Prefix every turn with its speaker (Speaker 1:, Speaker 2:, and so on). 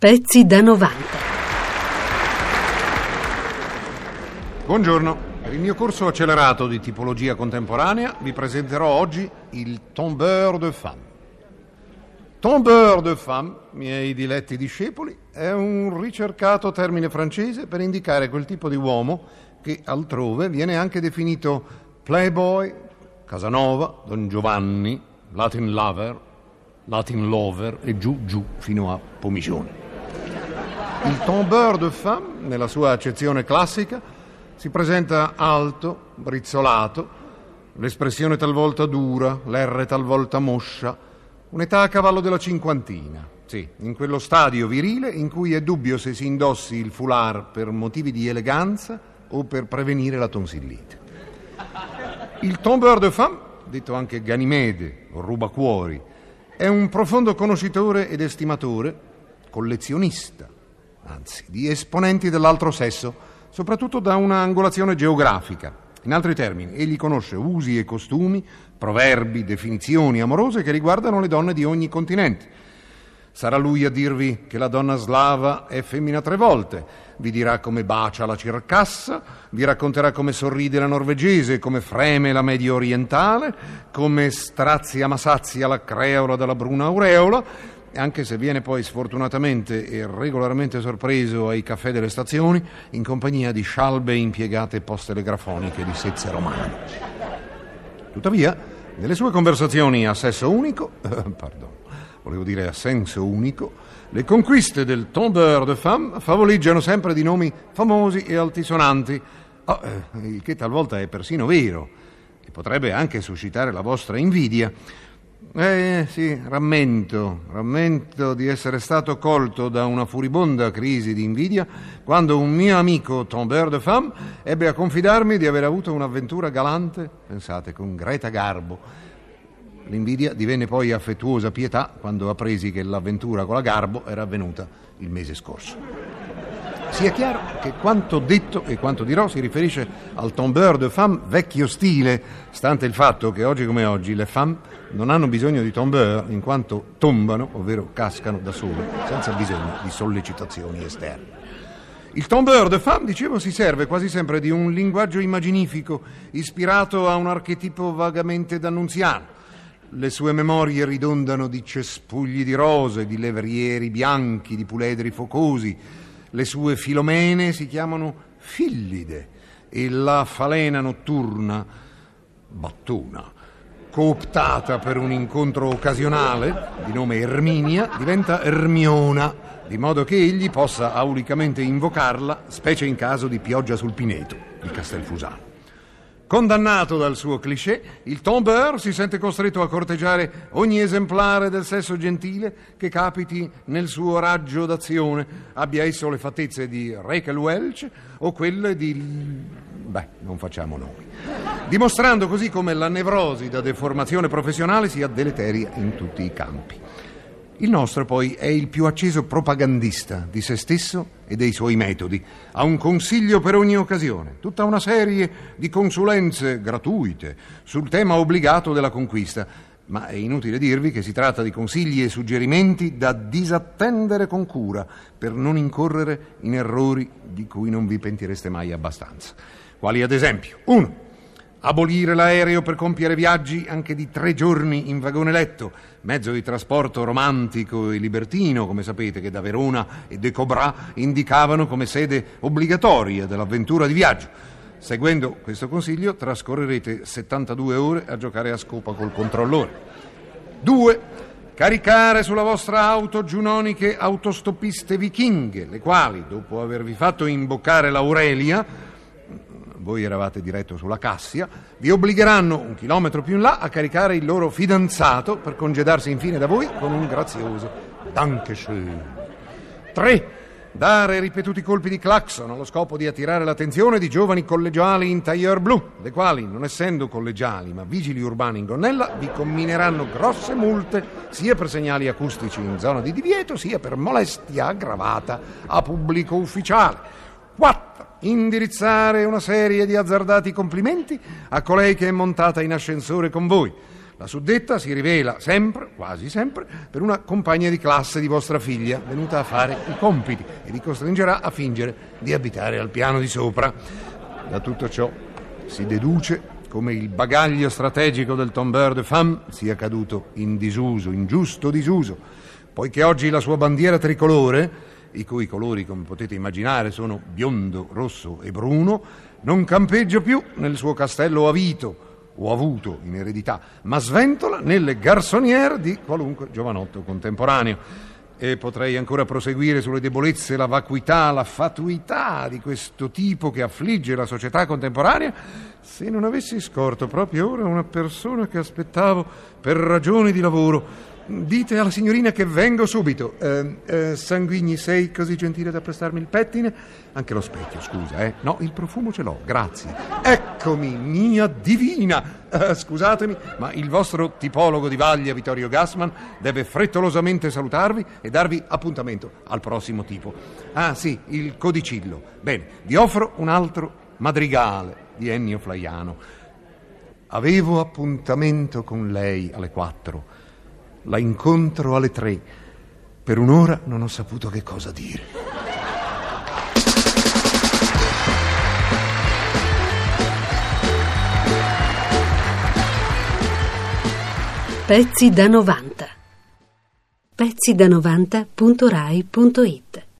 Speaker 1: Pezzi da 90.
Speaker 2: Buongiorno, per il mio corso accelerato di tipologia contemporanea vi presenterò oggi il tombeur de femme. Tombeur de femme, miei diletti discepoli, è un ricercato termine francese per indicare quel tipo di uomo che altrove viene anche definito playboy, Casanova, Don Giovanni, Latin lover e giù fino a Pomicione. Il tombeur de femme, nella sua accezione classica, si presenta alto, brizzolato, l'espressione talvolta dura, l'R talvolta moscia, un'età a cavallo della cinquantina. Sì, in quello stadio virile in cui è dubbio se si indossi il foulard per motivi di eleganza o per prevenire la tonsillite. Il tombeur de femme, detto anche Ganimede o rubacuori, è un profondo conoscitore ed estimatore, collezionista, anzi, di esponenti dell'altro sesso, soprattutto da una angolazione geografica. In altri termini, egli conosce usi e costumi, proverbi, definizioni amorose che riguardano le donne di ogni continente. Sarà lui a dirvi che la donna slava è femmina 3 volte, vi dirà come bacia la circassa, vi racconterà come sorride la norvegese, come freme la medio orientale, come strazia ma sazia la creola della bruna aureola, anche se viene poi sfortunatamente e regolarmente sorpreso ai caffè delle stazioni in compagnia di scialbe impiegate post-telegrafoniche di sezze romane. Tuttavia, nelle sue conversazioni a sesso unico, a senso unico, le conquiste del tombeur de femme favoleggiano sempre di nomi famosi e altisonanti, il che talvolta è persino vero e potrebbe anche suscitare la vostra invidia. Sì, rammento di essere stato colto da una furibonda crisi di invidia quando un mio amico tombeur de femme ebbe a confidarmi di aver avuto un'avventura galante, pensate, con Greta Garbo. L'invidia divenne poi affettuosa pietà quando appresi che l'avventura con la Garbo era avvenuta il mese scorso. Sia chiaro che quanto detto e quanto dirò si riferisce al tombeur de femme vecchio stile, stante il fatto che oggi come oggi le femme non hanno bisogno di tombeur in quanto tombano, ovvero cascano da sole, senza bisogno di sollecitazioni esterne. Il tombeur de femme, dicevo, si serve quasi sempre di un linguaggio immaginifico ispirato a un archetipo vagamente d'annunziano. Le sue memorie ridondano di cespugli di rose, di levrieri bianchi, di puledri focosi. Le sue filomene si chiamano fillide e la falena notturna, battuna, cooptata per un incontro occasionale, di nome Erminia, diventa Ermiona, di modo che egli possa aulicamente invocarla, specie in caso di pioggia sul Pineto, il Castelfusano. Condannato dal suo cliché, il tombeur si sente costretto a corteggiare ogni esemplare del sesso gentile che capiti nel suo raggio d'azione, abbia esso le fattezze di Rachel Welch o quelle di... non facciamo nomi. Dimostrando così come la nevrosi da deformazione professionale sia deleteria in tutti i campi. Il nostro poi è il più acceso propagandista di se stesso e dei suoi metodi. Ha un consiglio per ogni occasione, tutta una serie di consulenze gratuite sul tema obbligato della conquista, ma è inutile dirvi che si tratta di consigli e suggerimenti da disattendere con cura per non incorrere in errori di cui non vi pentireste mai abbastanza. Quali ad esempio: 1. Abolire l'aereo per compiere viaggi anche di 3 giorni in vagone letto, mezzo di trasporto romantico e libertino, come sapete, che da Verona e De Cobra indicavano come sede obbligatoria dell'avventura di viaggio. Seguendo questo consiglio trascorrerete 72 ore a giocare a scopa col controllore. 2. Caricare sulla vostra auto giunoniche autostoppiste vichinghe, le quali, dopo avervi fatto imboccare l'Aurelia, voi eravate diretto sulla Cassia, vi obbligheranno 1 chilometro più in là a caricare il loro fidanzato per congedarsi infine da voi con un grazioso Dankeschön. 3. Dare ripetuti colpi di clacson allo scopo di attirare l'attenzione di giovani collegiali in tailleur blu, le quali, non essendo collegiali ma vigili urbani in gonnella, vi commineranno grosse multe sia per segnali acustici in zona di divieto sia per molestia aggravata a pubblico ufficiale. 4. Indirizzare una serie di azzardati complimenti a colei che è montata in ascensore con voi. La suddetta si rivela sempre, quasi sempre, per una compagna di classe di vostra figlia, venuta a fare i compiti, e vi costringerà a fingere di abitare al piano di sopra. Da tutto ciò si deduce come il bagaglio strategico del tombeur de femme sia caduto in disuso, in giusto disuso, poiché oggi la sua bandiera tricolore, i cui colori, come potete immaginare, sono biondo, rosso e bruno, non campeggia più nel suo castello avito o avuto in eredità, ma sventola nelle garçonniere di qualunque giovanotto contemporaneo. E potrei ancora proseguire sulle debolezze, la vacuità, la fatuità di questo tipo che affligge la società contemporanea, se non avessi scorto proprio ora una persona che aspettavo per ragioni di lavoro. Dite alla signorina che vengo subito. Sanguigni, sei così gentile da prestarmi il pettine? Anche lo specchio, scusa, No, il profumo ce l'ho, grazie. Eccomi, mia divina! Scusatemi, ma il vostro tipologo di vaglia, Vittorio Gassman, deve frettolosamente salutarvi e darvi appuntamento al prossimo tipo. Ah, sì, il codicillo. Bene, vi offro un altro madrigale di Ennio Flaiano. Avevo appuntamento con lei alle 4. La incontro alle 3. Per un'ora non ho saputo che cosa dire.
Speaker 1: Pezzi da 90. pezzida90.rai.it